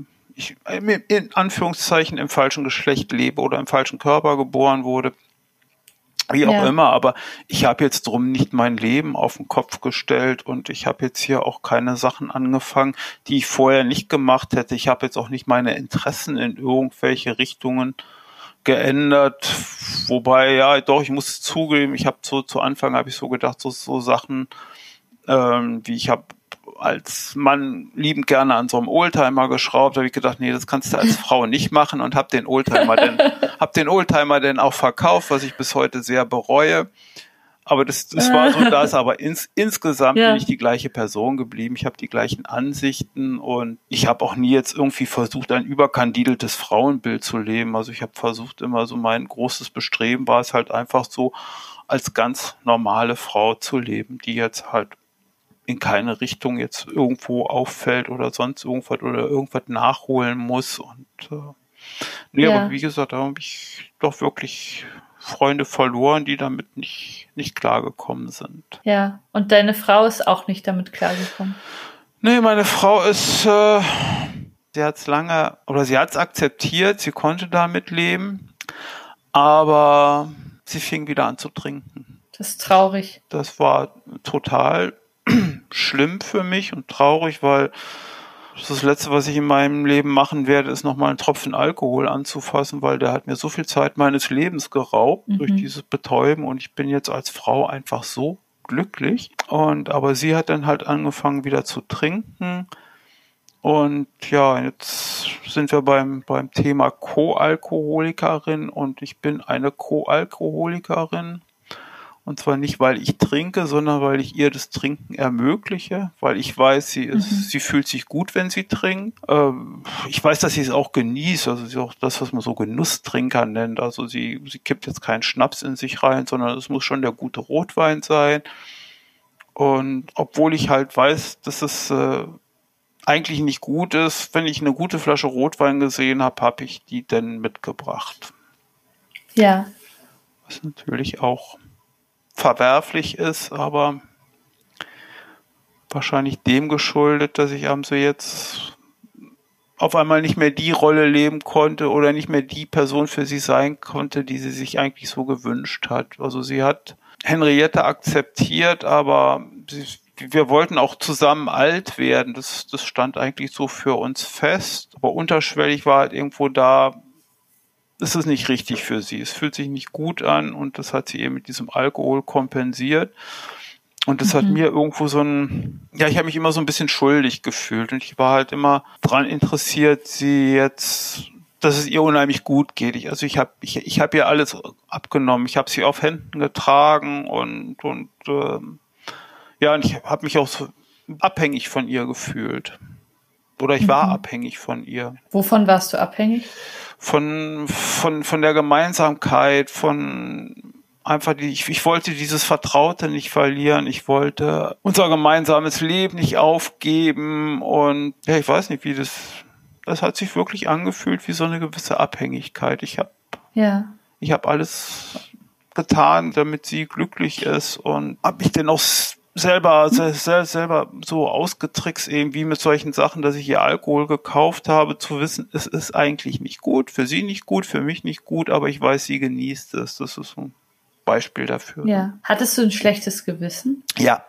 in Anführungszeichen im falschen Geschlecht lebe oder im falschen Körper geboren wurde, wie auch immer, aber ich habe jetzt drum nicht mein Leben auf den Kopf gestellt und ich habe jetzt hier auch keine Sachen angefangen, die ich vorher nicht gemacht hätte. Ich habe jetzt auch nicht meine Interessen in irgendwelche Richtungen geändert, wobei, ja, doch, ich muss zugeben, ich habe zu Anfang habe ich so gedacht, so Sachen, wie ich habe als Mann liebend gerne an so einem Oldtimer geschraubt, habe ich gedacht, nee, das kannst du als Frau nicht machen und habe den Oldtimer dann auch verkauft, was ich bis heute sehr bereue. Aber das war so das, aber insgesamt bin ich die gleiche Person geblieben. Ich habe die gleichen Ansichten und ich habe auch nie jetzt irgendwie versucht, ein überkandideltes Frauenbild zu leben. Also ich habe versucht, immer so mein großes Bestreben war es halt einfach so, als ganz normale Frau zu leben, die jetzt halt in keine Richtung jetzt irgendwo auffällt oder sonst irgendwas nachholen muss. Und aber wie gesagt, da habe ich doch wirklich Freunde verloren, die damit nicht klargekommen sind. Ja, und deine Frau ist auch nicht damit klargekommen? Nee, meine Frau ist, sie hat's akzeptiert, sie konnte damit leben, aber sie fing wieder an zu trinken. Das ist traurig. Das war total schlimm für mich und traurig, weil das Letzte, was ich in meinem Leben machen werde, ist nochmal einen Tropfen Alkohol anzufassen, weil der hat mir so viel Zeit meines Lebens geraubt durch dieses Betäuben und ich bin jetzt als Frau einfach so glücklich. Aber sie hat dann halt angefangen wieder zu trinken und ja, jetzt sind wir beim Thema Co-Alkoholikerin und ich bin eine Co-Alkoholikerin. Und zwar nicht, weil ich trinke, sondern weil ich ihr das Trinken ermögliche, weil ich weiß, sie fühlt sich gut, wenn sie trinkt. Ich weiß, dass sie es auch genießt, also sie auch das, was man so Genusstrinker nennt. Also sie kippt jetzt keinen Schnaps in sich rein, sondern es muss schon der gute Rotwein sein. Und obwohl ich halt weiß, dass es eigentlich nicht gut ist, wenn ich eine gute Flasche Rotwein gesehen habe, habe ich die denn mitgebracht. Ja. Was natürlich auch verwerflich ist, aber wahrscheinlich dem geschuldet, dass ich so jetzt auf einmal nicht mehr die Rolle leben konnte oder nicht mehr die Person für sie sein konnte, die sie sich eigentlich so gewünscht hat. Also sie hat Henriette akzeptiert, aber wir wollten auch zusammen alt werden. Das stand eigentlich so für uns fest. Aber unterschwellig war halt irgendwo da, es ist nicht richtig für sie. Es fühlt sich nicht gut an und das hat sie eben mit diesem Alkohol kompensiert. Und das hat mir irgendwo ich habe mich immer so ein bisschen schuldig gefühlt und ich war halt immer dran interessiert, dass es ihr unheimlich gut geht. Ich habe ihr alles abgenommen. Ich habe sie auf Händen getragen und ich habe mich auch so abhängig von ihr gefühlt. Oder ich war abhängig von ihr. Wovon warst du abhängig? Von der Gemeinsamkeit, ich wollte dieses Vertraute nicht verlieren, ich wollte unser gemeinsames Leben nicht aufgeben und ja, ich weiß nicht, das hat sich wirklich angefühlt wie so eine gewisse Abhängigkeit. Ich habe alles getan, damit sie glücklich ist und habe mich dann auch selber so ausgetrickst irgendwie mit solchen Sachen, dass ich ihr Alkohol gekauft habe, zu wissen, es ist eigentlich nicht gut, für sie nicht gut, für mich nicht gut, aber ich weiß, sie genießt es. Das ist so ein Beispiel dafür. Ja. Hattest du ein schlechtes Gewissen? Ja.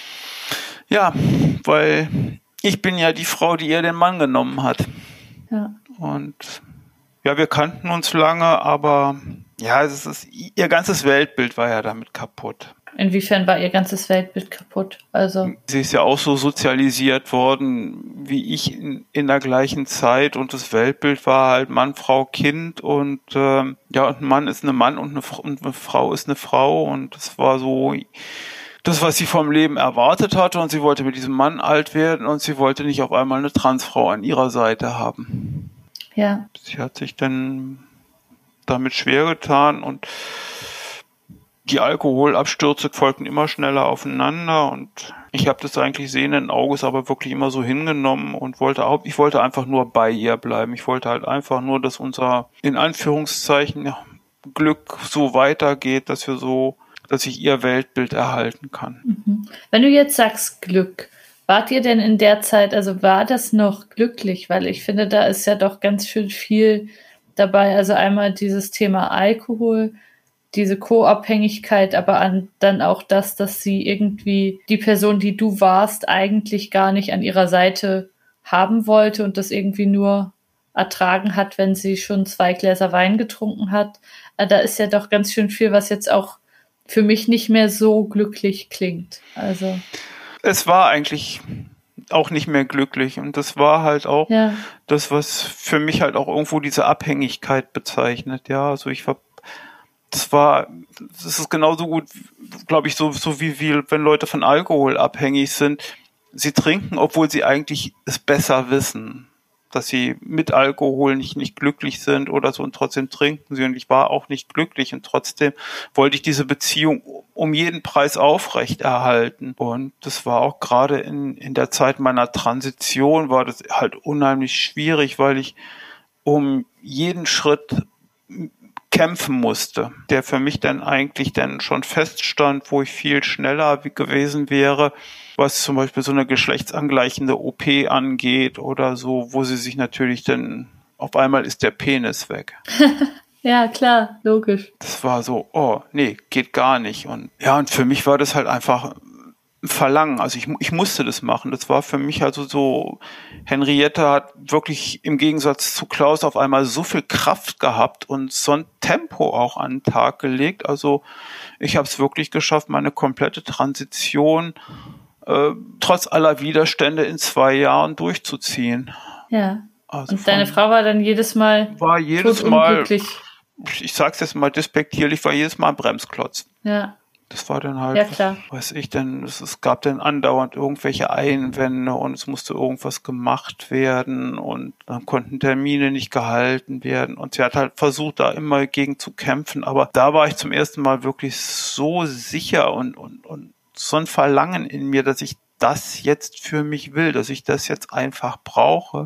Ja, weil ich bin ja die Frau, die ihr den Mann genommen hat. Ja. Und ja, wir kannten uns lange, aber ja, ihr ganzes Weltbild war ja damit kaputt. Inwiefern war ihr ganzes Weltbild kaputt? Also sie ist ja auch so sozialisiert worden wie ich in der gleichen Zeit und das Weltbild war halt Mann, Frau, Kind und und ein Mann ist ein Mann und eine Frau ist eine Frau und das war so das, was sie vom Leben erwartet hatte und sie wollte mit diesem Mann alt werden und sie wollte nicht auf einmal eine Transfrau an ihrer Seite haben. Ja. Sie hat sich dann damit schwer getan und die Alkoholabstürze folgten immer schneller aufeinander und ich habe das eigentlich sehenden Auges aber wirklich immer so hingenommen und ich wollte einfach nur bei ihr bleiben. Ich wollte halt einfach nur, dass unser, in Anführungszeichen, Glück so weitergeht, dass ich ihr Weltbild erhalten kann. Mhm. Wenn du jetzt sagst Glück, wart ihr denn in der Zeit, also war das noch glücklich? Weil ich finde, da ist ja doch ganz schön viel dabei. Also einmal dieses Thema Alkohol, diese Co-Abhängigkeit, aber dann auch das, dass sie irgendwie die Person, die du warst, eigentlich gar nicht an ihrer Seite haben wollte und das irgendwie nur ertragen hat, wenn sie schon 2 Gläser Wein getrunken hat. Da ist ja doch ganz schön viel, was jetzt auch für mich nicht mehr so glücklich klingt. Also es war eigentlich auch nicht mehr glücklich und das war halt auch das, was für mich halt auch irgendwo diese Abhängigkeit bezeichnet. Ja, also das ist genauso gut, glaube ich, so wie wenn Leute von Alkohol abhängig sind. Sie trinken, obwohl sie eigentlich es besser wissen, dass sie mit Alkohol nicht glücklich sind oder so und trotzdem trinken sie und ich war auch nicht glücklich und trotzdem wollte ich diese Beziehung um jeden Preis aufrechterhalten und das war auch gerade in der Zeit meiner Transition war das halt unheimlich schwierig, weil ich um jeden Schritt kämpfen musste, der für mich dann eigentlich schon feststand, wo ich viel schneller gewesen wäre, was zum Beispiel so eine geschlechtsangleichende OP angeht oder so, wo sie sich natürlich dann, auf einmal ist der Penis weg. Ja, klar, logisch. Das war so, oh, nee, geht gar nicht. Und ja, und für mich war das halt einfach Verlangen. Also ich musste das machen. Das war für mich also so, Henriette hat wirklich im Gegensatz zu Klaus auf einmal so viel Kraft gehabt und so ein Tempo auch an den Tag gelegt. Also ich habe es wirklich geschafft, meine komplette Transition trotz aller Widerstände in 2 Jahren durchzuziehen. Ja. Also und deine Frau war dann jedes Mal unglücklich. Ich sag's jetzt mal despektierlich, war jedes Mal ein Bremsklotz. Ja. Das war dann halt, ja, klar. weiß ich denn, es gab dann andauernd irgendwelche Einwände und es musste irgendwas gemacht werden und dann konnten Termine nicht gehalten werden und sie hat halt versucht, da immer gegen zu kämpfen, aber da war ich zum ersten Mal wirklich so sicher und so ein Verlangen in mir, dass ich das jetzt für mich will, dass ich das jetzt einfach brauche.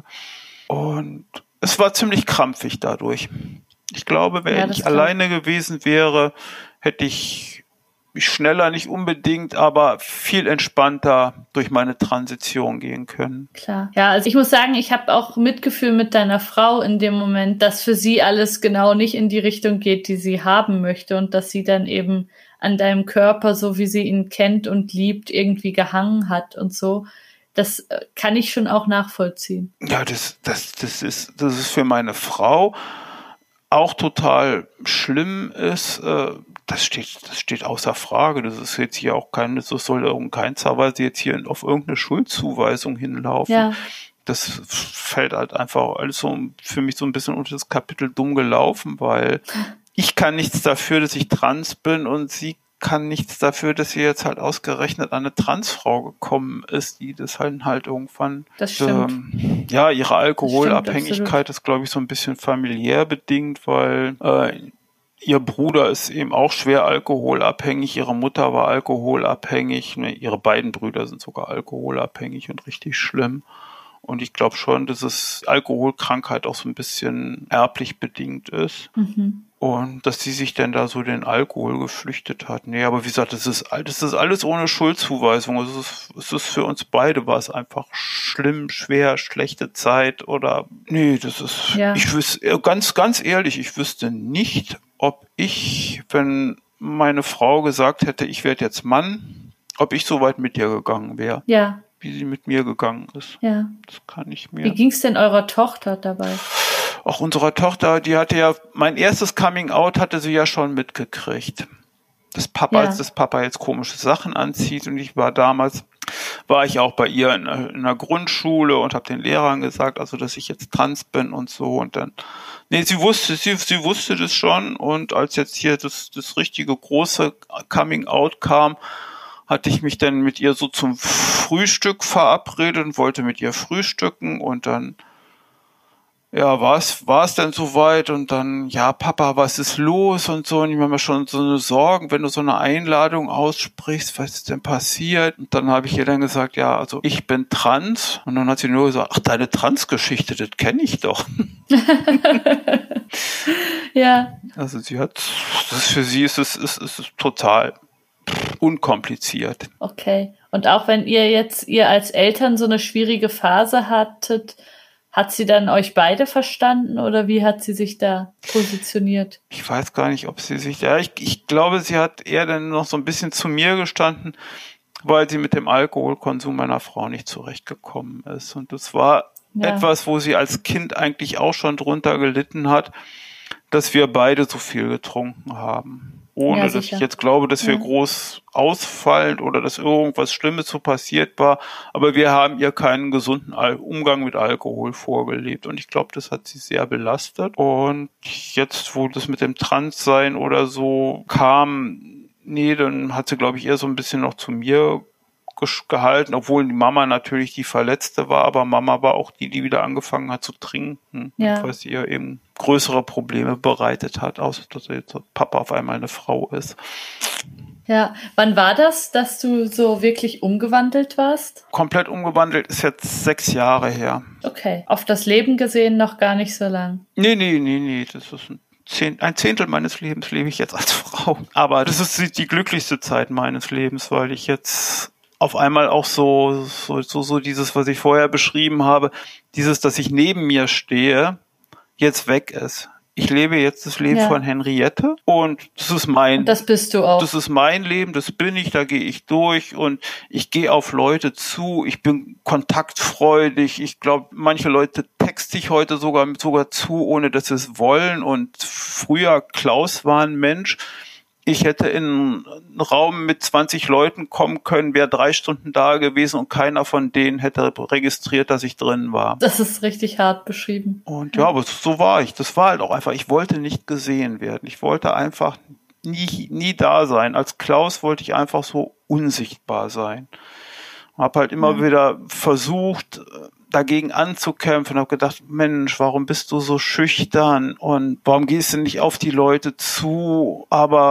Und es war ziemlich krampfig dadurch. Ich glaube, wenn ich alleine gewesen wäre, hätte ich schneller nicht unbedingt, aber viel entspannter durch meine Transition gehen können. Klar. Ja, also ich muss sagen, ich habe auch Mitgefühl mit deiner Frau in dem Moment, dass für sie alles genau nicht in die Richtung geht, die sie haben möchte und dass sie dann eben an deinem Körper, so wie sie ihn kennt und liebt, irgendwie gehangen hat und so. Das kann ich schon auch nachvollziehen. Ja, das ist für meine Frau auch total schlimm ist. Das steht außer Frage. Das ist jetzt hier auch das soll in keinster Weise jetzt hier auf irgendeine Schuldzuweisung hinlaufen. Ja. Das fällt halt einfach alles so für mich so ein bisschen unter das Kapitel dumm gelaufen, weil ich kann nichts dafür, dass ich trans bin und sie kann nichts dafür, dass sie jetzt halt ausgerechnet an eine Transfrau gekommen ist, die das halt irgendwann, das stimmt. Ja, ihre Alkoholabhängigkeit ist, glaube ich, so ein bisschen familiär bedingt, weil ihr Bruder ist eben auch schwer alkoholabhängig, ihre Mutter war alkoholabhängig, ihre beiden Brüder sind sogar alkoholabhängig und richtig schlimm. Und ich glaube schon, dass es Alkoholkrankheit auch so ein bisschen erblich bedingt ist. Mhm. Und dass sie sich denn da so den Alkohol geflüchtet hat. Nee, aber wie gesagt, das ist alles ohne Schuldzuweisung. Es ist für uns beide, war es einfach schlimm, schwer, schlechte Zeit oder, nee, das ist, ja. Ich wüsste, ganz ehrlich, ich wüsste nicht, ob ich, wenn meine Frau gesagt hätte, ich werde jetzt Mann, ob ich so weit mit ihr gegangen wäre. Ja. Wie sie mit mir gegangen ist. Ja. Das kann ich mir. Wie ging's denn eurer Tochter dabei? Auch unserer Tochter, die hatte ja, mein erstes Coming-out hatte sie ja schon mitgekriegt. Dass Papa jetzt komische Sachen anzieht und war ich auch bei ihr in der Grundschule und habe den Lehrern gesagt, also dass ich jetzt trans bin und so und dann, nee, sie wusste das schon und als jetzt hier das richtige große Coming-out kam, hatte ich mich dann mit ihr so zum Frühstück verabredet und wollte mit ihr frühstücken und dann ja, war es denn soweit und dann, ja, Papa, was ist los und so und ich habe mir schon so eine Sorgen, wenn du so eine Einladung aussprichst, was ist denn passiert? Und dann habe ich ihr dann gesagt, ja, also ich bin trans und dann hat sie nur gesagt, ach, deine Trans-Geschichte, das kenne ich doch. Ja. Also für sie ist es total unkompliziert. Okay. Und auch wenn ihr als Eltern so eine schwierige Phase hattet, hat sie dann euch beide verstanden oder wie hat sie sich da positioniert? Ich weiß gar nicht, ob sie sich ich glaube, sie hat eher dann noch so ein bisschen zu mir gestanden, weil sie mit dem Alkoholkonsum meiner Frau nicht zurechtgekommen ist. Und das war etwas, wo sie als Kind eigentlich auch schon drunter gelitten hat, dass wir beide so viel getrunken haben. Ohne dass ich jetzt glaube, dass wir groß ausfallen oder dass irgendwas Schlimmes so passiert war. Aber wir haben ihr keinen gesunden Umgang mit Alkohol vorgelebt. Und ich glaube, das hat sie sehr belastet. Und jetzt, wo das mit dem Transsein oder so kam, nee, dann hat sie, glaube ich, eher so ein bisschen noch zu mir gehalten, obwohl die Mama natürlich die Verletzte war, aber Mama war auch die wieder angefangen hat zu trinken, was ihr eben größere Probleme bereitet hat, außer dass jetzt Papa auf einmal eine Frau ist. Ja, wann war das, dass du so wirklich umgewandelt warst? Komplett umgewandelt ist jetzt 6 Jahre her. Okay, auf das Leben gesehen noch gar nicht so lang. Nee, das ist ein Zehntel meines Lebens lebe ich jetzt als Frau. Aber das ist die glücklichste Zeit meines Lebens, weil ich jetzt auf einmal auch so dieses, was ich vorher beschrieben habe, dieses, dass ich neben mir stehe, jetzt weg ist. Ich lebe jetzt das Leben von Henriette und das bist du auch. Das ist mein Leben, das bin ich, da gehe ich durch und ich gehe auf Leute zu, ich bin kontaktfreudig, ich glaube, manche Leute texte ich heute sogar zu, ohne dass sie es wollen und früher Klaus war ein Mensch, ich hätte in einen Raum mit 20 Leuten kommen können, wäre 3 Stunden da gewesen und keiner von denen hätte registriert, dass ich drin war. Das ist richtig hart beschrieben. Und aber so war ich. Das war halt auch einfach, ich wollte nicht gesehen werden. Ich wollte einfach nie da sein. Als Klaus wollte ich einfach so unsichtbar sein. Habe halt immer wieder versucht, dagegen anzukämpfen, habe gedacht, Mensch, warum bist du so schüchtern und warum gehst du nicht auf die Leute zu? Aber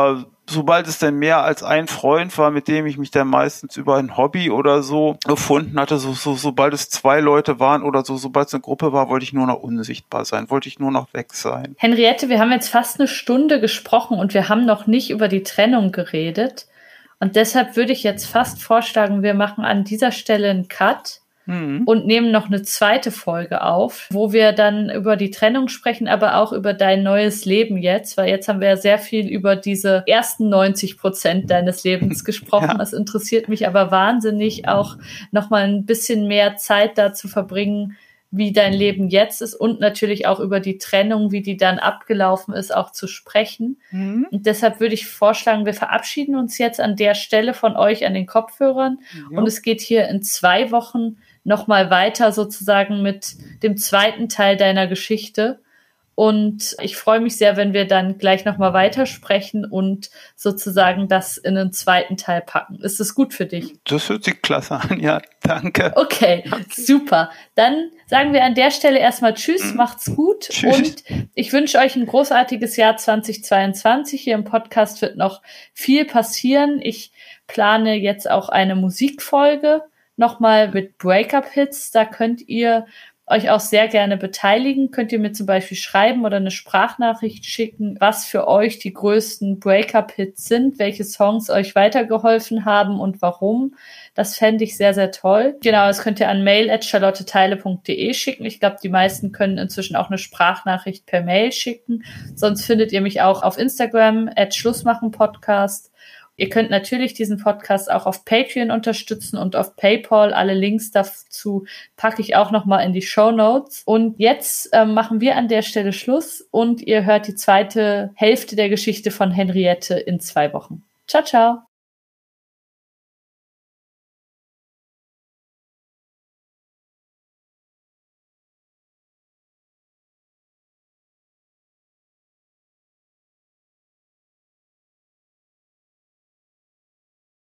sobald es denn mehr als ein Freund war, mit dem ich mich dann meistens über ein Hobby oder so gefunden hatte, sobald es 2 Leute waren oder so, sobald es eine Gruppe war, wollte ich nur noch unsichtbar sein, wollte ich nur noch weg sein. Henriette, wir haben jetzt fast eine Stunde gesprochen und wir haben noch nicht über die Trennung geredet. Und deshalb würde ich jetzt fast vorschlagen, wir machen an dieser Stelle einen Cut und nehmen noch eine zweite Folge auf, wo wir dann über die Trennung sprechen, aber auch über dein neues Leben jetzt, weil jetzt haben wir ja sehr viel über diese ersten 90% deines Lebens gesprochen. Ja. Das interessiert mich aber wahnsinnig, auch nochmal ein bisschen mehr Zeit da zu verbringen, wie dein Leben jetzt ist und natürlich auch über die Trennung, wie die dann abgelaufen ist, auch zu sprechen. Und deshalb würde ich vorschlagen, wir verabschieden uns jetzt an der Stelle von euch an den Kopfhörern und es geht hier in 2 Wochen nochmal weiter sozusagen mit dem zweiten Teil deiner Geschichte. Und ich freue mich sehr, wenn wir dann gleich nochmal weitersprechen und sozusagen das in einen zweiten Teil packen. Ist das gut für dich? Das hört sich klasse an, ja, danke. Okay, super. Dann sagen wir an der Stelle erstmal Tschüss, macht's gut. Tschüss. Und ich wünsche euch ein großartiges Jahr 2022. Hier im Podcast wird noch viel passieren. Ich plane jetzt auch eine Musikfolge, nochmal mit Breakup-Hits. Da könnt ihr euch auch sehr gerne beteiligen. Könnt ihr mir zum Beispiel schreiben oder eine Sprachnachricht schicken, was für euch die größten Breakup-Hits sind, welche Songs euch weitergeholfen haben und warum. Das fände ich sehr, sehr toll. Genau, das könnt ihr an mail@charlotteteile.de schicken. Ich glaube, die meisten können inzwischen auch eine Sprachnachricht per Mail schicken. Sonst findet ihr mich auch auf Instagram @schlussmachenpodcast. Ihr könnt natürlich diesen Podcast auch auf Patreon unterstützen und auf PayPal. Alle Links dazu packe ich auch nochmal in die Shownotes. Und jetzt machen wir an der Stelle Schluss und ihr hört die zweite Hälfte der Geschichte von Henriette in 2 Wochen. Ciao, ciao.